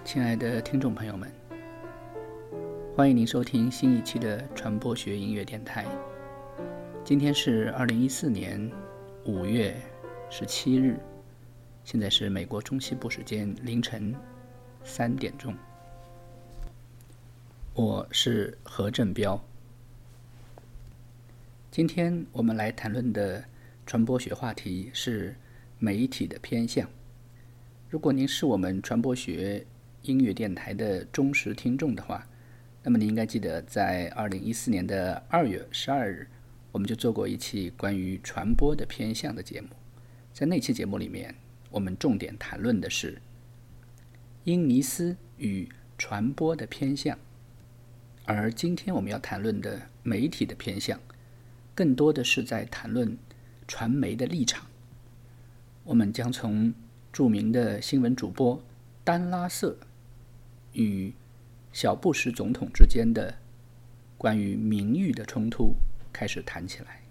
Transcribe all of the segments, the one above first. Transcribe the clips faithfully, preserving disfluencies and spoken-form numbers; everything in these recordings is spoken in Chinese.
亲爱的听众朋友们，欢迎您收听新一期的传播学音乐电台。今天是二零一四年五月十七日，现在是美国中西部时间凌晨三点钟。我是何振彪。今天我们来谈论的传播学话题是媒体的偏向。如果您是我们传播学音乐电台的忠实听众的话，那么您应该记得在二零一四年的二月十二日，我们就做过一期关于传播的偏向的节目。在那期节目里面，我们重点谈论的是因尼斯与传播的偏向。而今天我们要谈论的媒体的偏向，更多的是在谈论传媒的立场。我们将从著名的新闻主播丹拉瑟与小布什总统之间的关于名誉的冲突开始谈起来。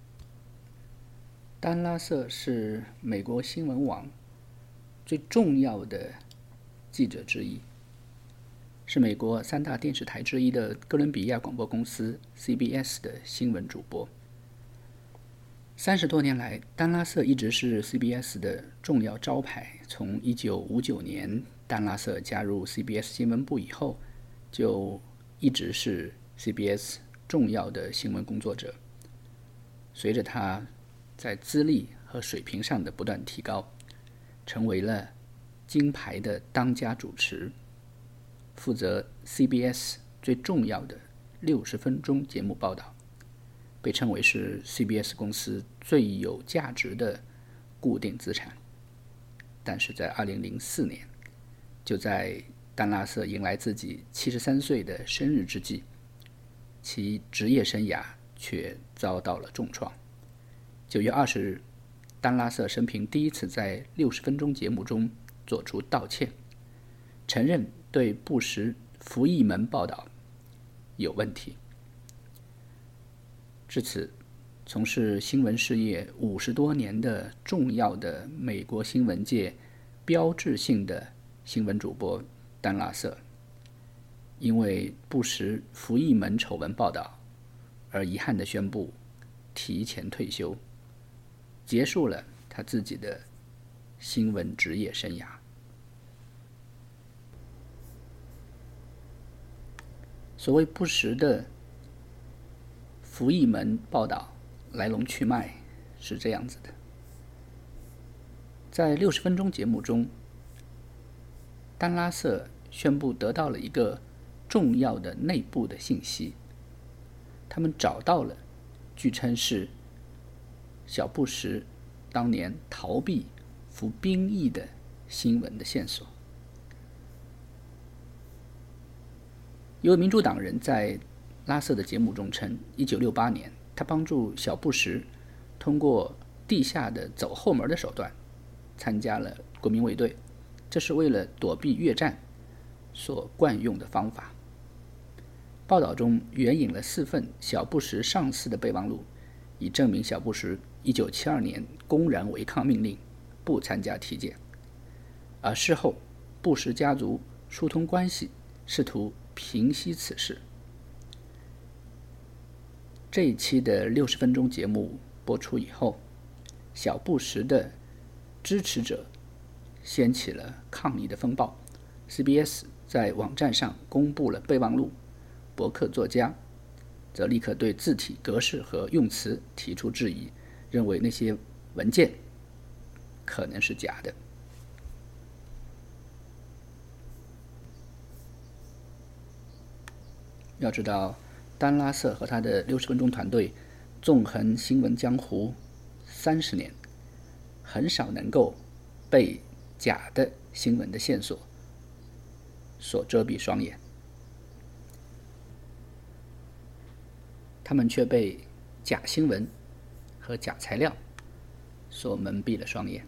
丹拉瑟是美国新闻网最重要的记者之一，是美国三大电视台之一的哥伦比亚广播公司 C B S 的新闻主播。三十多年来，丹拉瑟一直是 C B S 的重要招牌。从一九五九年丹拉瑟加入 C B S 新闻部以后，就一直是 C B S 重要的新闻工作者。随着他在资历和水平上的不断提高，成为了金牌的当家主持，负责 C B S 最重要的六十分钟节目报道，被称为是 C B S 公司最有价值的固定资产。但是在二零零四年，就在丹拉瑟迎来自己七十三岁的生日之际，其职业生涯却遭到了重创。九月二十日，丹拉瑟生平第一次在六十分钟节目中做出道歉，承认对布什服役门报道有问题。至此，从事新闻事业五十多年的重要的美国新闻界标志性的新闻主播丹拉瑟，因为布什服役门丑闻报道而遗憾地宣布提前退休，结束了他自己的新闻职业生涯。所谓布什的服役门报道来龙去脉是这样子的。在六十分钟节目中，丹拉瑟宣布得到了一个重要的内部的信息，他们找到了据称是小布什当年逃避服兵役的新闻的线索。一位民主党人在拉瑟的节目中称，一九六八年他帮助小布什通过地下的走后门的手段参加了国民卫队，这是为了躲避越战所惯用的方法。报道中援引了四份小布什上司的备忘录，以证明小布什一九七二年公然违抗命令，不参加体检。而事后布什家族疏通关系，试图平息此事。这一期的六十分钟节目播出以后，小布什的支持者掀起了抗议的风暴。 C B S 在网站上公布了备忘录，博客作家则立刻对字体格式和用词提出质疑，认为那些文件可能是假的。要知道，丹拉瑟和他的六十分钟团队纵横新闻江湖三十年，很少能够被假的新闻的线索所遮蔽双眼，他们却被假新闻和假材料所蒙蔽了双眼。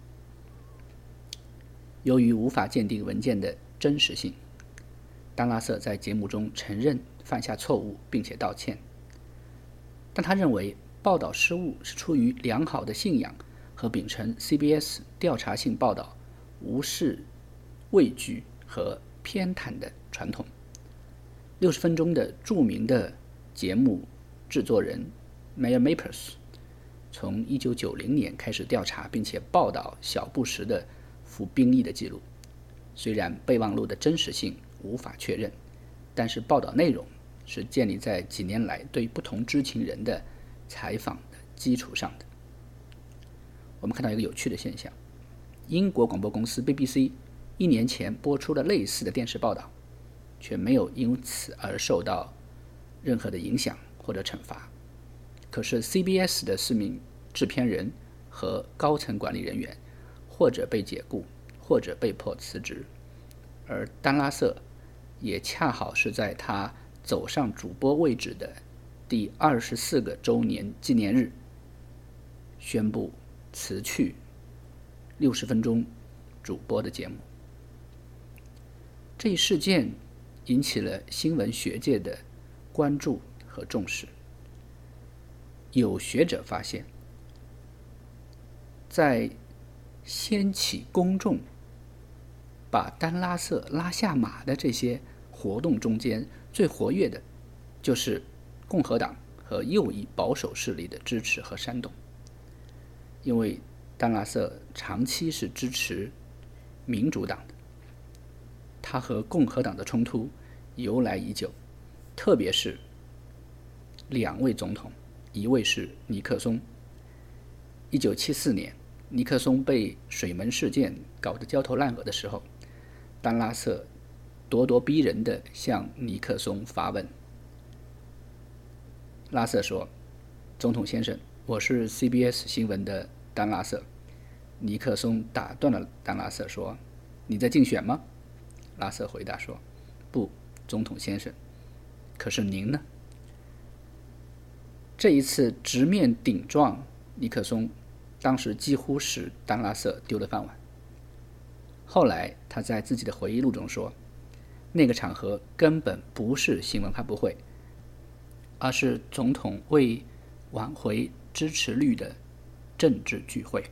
由于无法鉴定文件的真实性，丹拉瑟在节目中承认犯下错误并且道歉，但他认为报道失误是出于良好的信仰和秉承 C B S 调查性报道无视畏惧和偏袒的传统。六十分钟的著名的节目制作人 Meyer Maples 从一九九零年开始调查并且报道小布什的服兵役的记录。虽然备忘录的真实性无法确认，但是报道内容是建立在几年来对不同知情人的采访的基础上的。我们看到一个有趣的现象，英国广播公司 B B C 一年前播出了类似的电视报道，却没有因此而受到任何的影响或者惩罚。可是 C B S 的四名制片人和高层管理人员或者被解雇，或者被迫辞职，而丹拉瑟也恰好是在他走上主播位置的第二十四个周年纪念日宣布辞去六十分钟主播的节目。这一事件引起了新闻学界的关注和重视。有学者发现，在掀起公众把丹拉瑟拉下马的这些活动中间，最活跃的就是共和党和右翼保守势力的支持和煽动。因为丹拉瑟长期是支持民主党的，他和共和党的冲突由来已久，特别是两位总统，一位是尼克松。一九七四年尼克松被水门事件搞得焦头烂额的时候，丹拉瑟咄咄逼人地向尼克松发问。拉瑟说：“总统先生，我是 C B S 新闻的丹拉瑟。”尼克松打断了丹拉瑟说：“你在竞选吗？”拉瑟回答说：“不，总统先生。可是您呢？”这一次直面顶撞尼克松，当时几乎使丹拉瑟丢了饭碗。后来他在自己的回忆录中说，那个场合根本不是新闻发布会，而是总统为挽回支持率的政治聚会。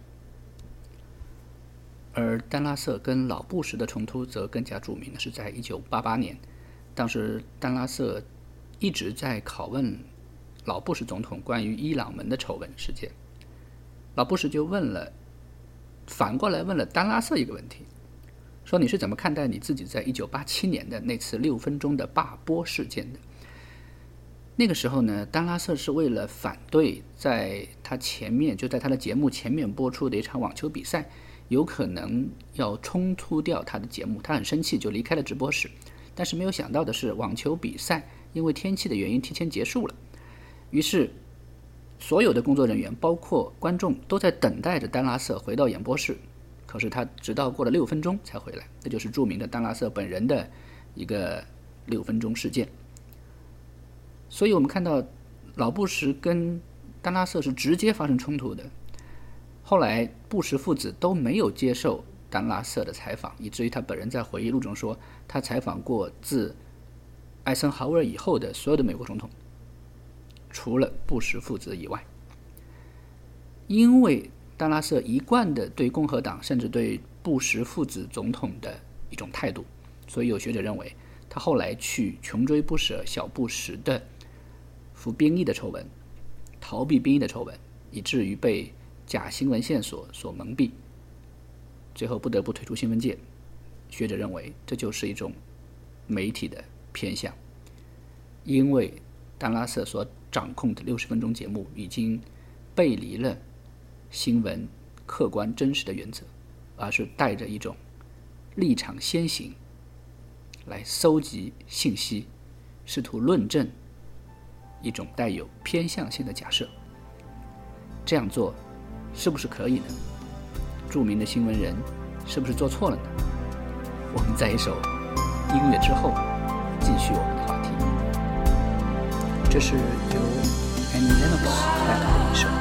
而丹拉瑟跟老布什的冲突则更加著名，是在一九八八年，当时丹拉瑟一直在拷问老布什总统关于伊朗门的丑闻事件。老布什就问了，反过来问了丹拉瑟一个问题，说你是怎么看待你自己在一九八七年的那次六分钟的罢播事件的？那个时候呢，丹拉瑟是为了反对在他前面就在他的节目前面播出的一场网球比赛有可能要冲突掉他的节目，他很生气，就离开了直播室。但是没有想到的是，网球比赛因为天气的原因提前结束了，于是所有的工作人员包括观众都在等待着丹拉瑟回到演播室，可是他直到过了六分钟才回来，这就是著名的丹拉瑟本人的一个六分钟事件。所以我们看到老布什跟丹拉瑟是直接发生冲突的。后来布什父子都没有接受丹拉瑟的采访，以至于他本人在回忆录中说，他采访过自艾森豪威尔以后的所有的美国总统，除了布什父子以外。因为丹拉瑟一贯的对共和党甚至对布什父子总统的一种态度，所以有学者认为他后来去穷追不舍小布什的服兵役的丑闻，逃避兵役的丑闻，以至于被假新闻线索所蒙蔽，最后不得不退出新闻界。学者认为这就是一种媒体的偏向，因为丹拉瑟所掌控的六十分钟节目已经背离了新闻客观真实的原则，而是带着一种立场先行来搜集信息，试图论证一种带有偏向性的假设。这样做是不是可以呢？著名的新闻人是不是做错了呢？我们在一首音乐之后继续我们的话题。这是由 Annie Lennox 带来的一首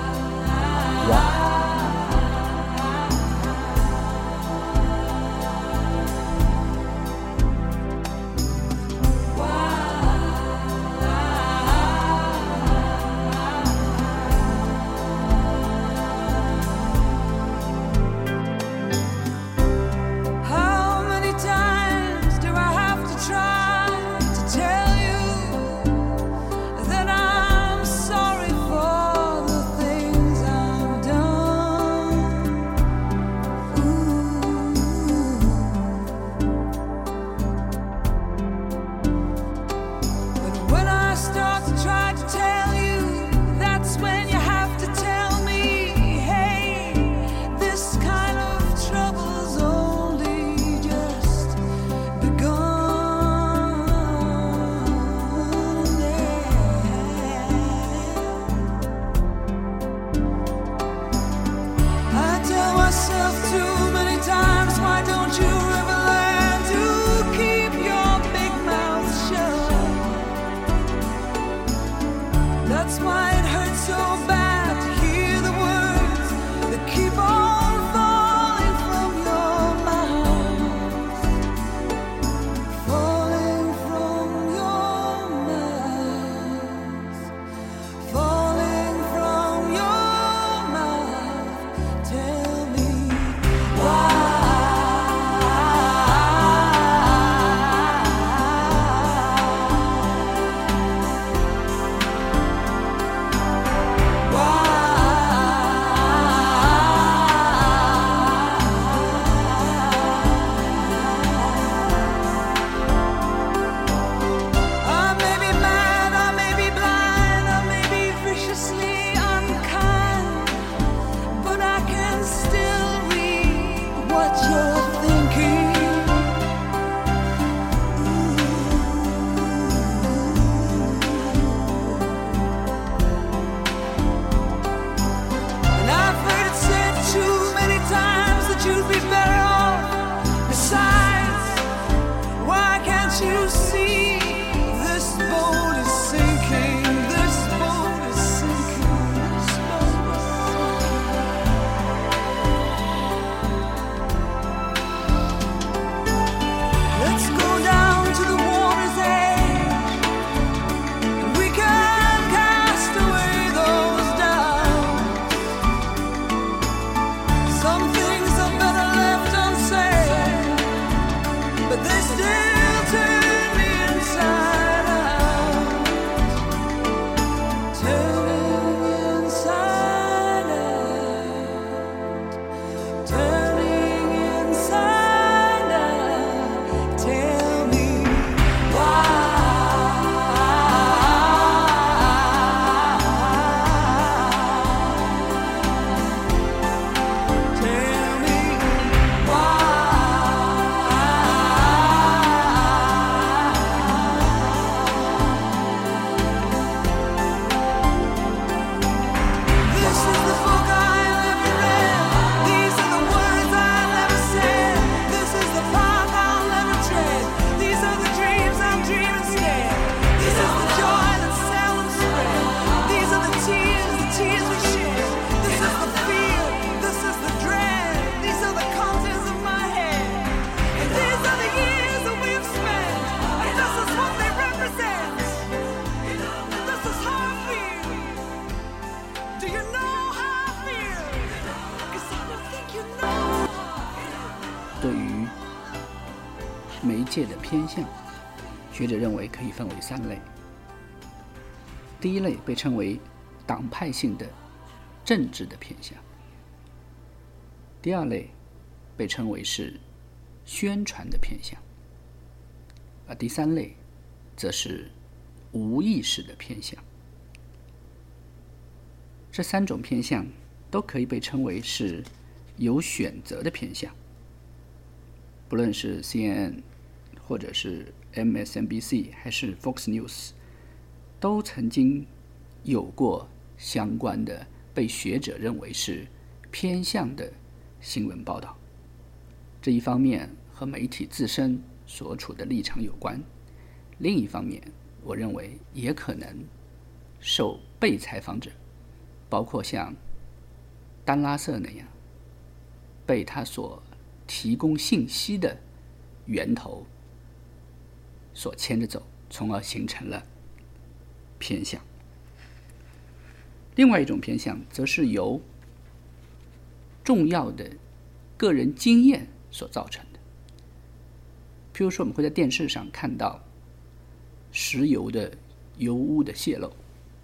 Why。 How many times why it hurts so bad to hear the words that keep on falling from your mouth, falling from your mouth, falling from your mouth. Tell me why. You see, this boat is sinking, this boat is sinking, this boat is sinking. Let's go down to the water's edge, and we can cast away those doubts. Some things are better left unsaid, but they still turn me inside out, turning inside out, turning inside out. Tell me why. Tell me why. 对于媒介的偏向，学者认为可以分为三类。第一类被称为党派性的政治的偏向，第二类被称为是宣传的偏向，而第三类则是无意识的偏向。这三种偏向都可以被称为是有选择的偏向，不论是 C N N 或者是 M S N B C 还是 Fox News， 都曾经有过相关的被学者认为是偏向的新闻报道。这一方面和媒体自身所处的立场有关，另一方面我认为也可能受被采访者，包括像丹拉瑟那样被他所提供信息的源头所牵着走，从而形成了偏向。另外一种偏向则是由重要的个人经验所造成的。譬如说，我们会在电视上看到石油的油污的泄漏，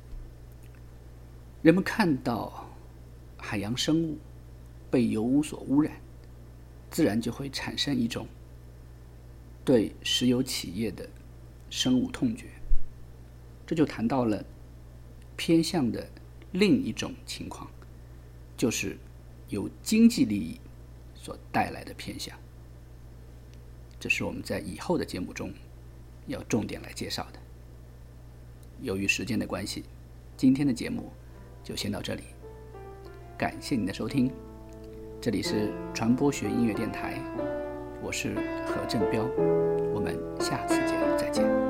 人们看到海洋生物被油污所污染，自然就会产生一种对石油企业的深恶痛绝。这就谈到了偏向的另一种情况，就是由经济利益所带来的偏向。这是我们在以后的节目中要重点来介绍的。由于时间的关系，今天的节目就先到这里，感谢您的收听。这里是传播学音乐电台，我是何振彪，我们下次节目再见。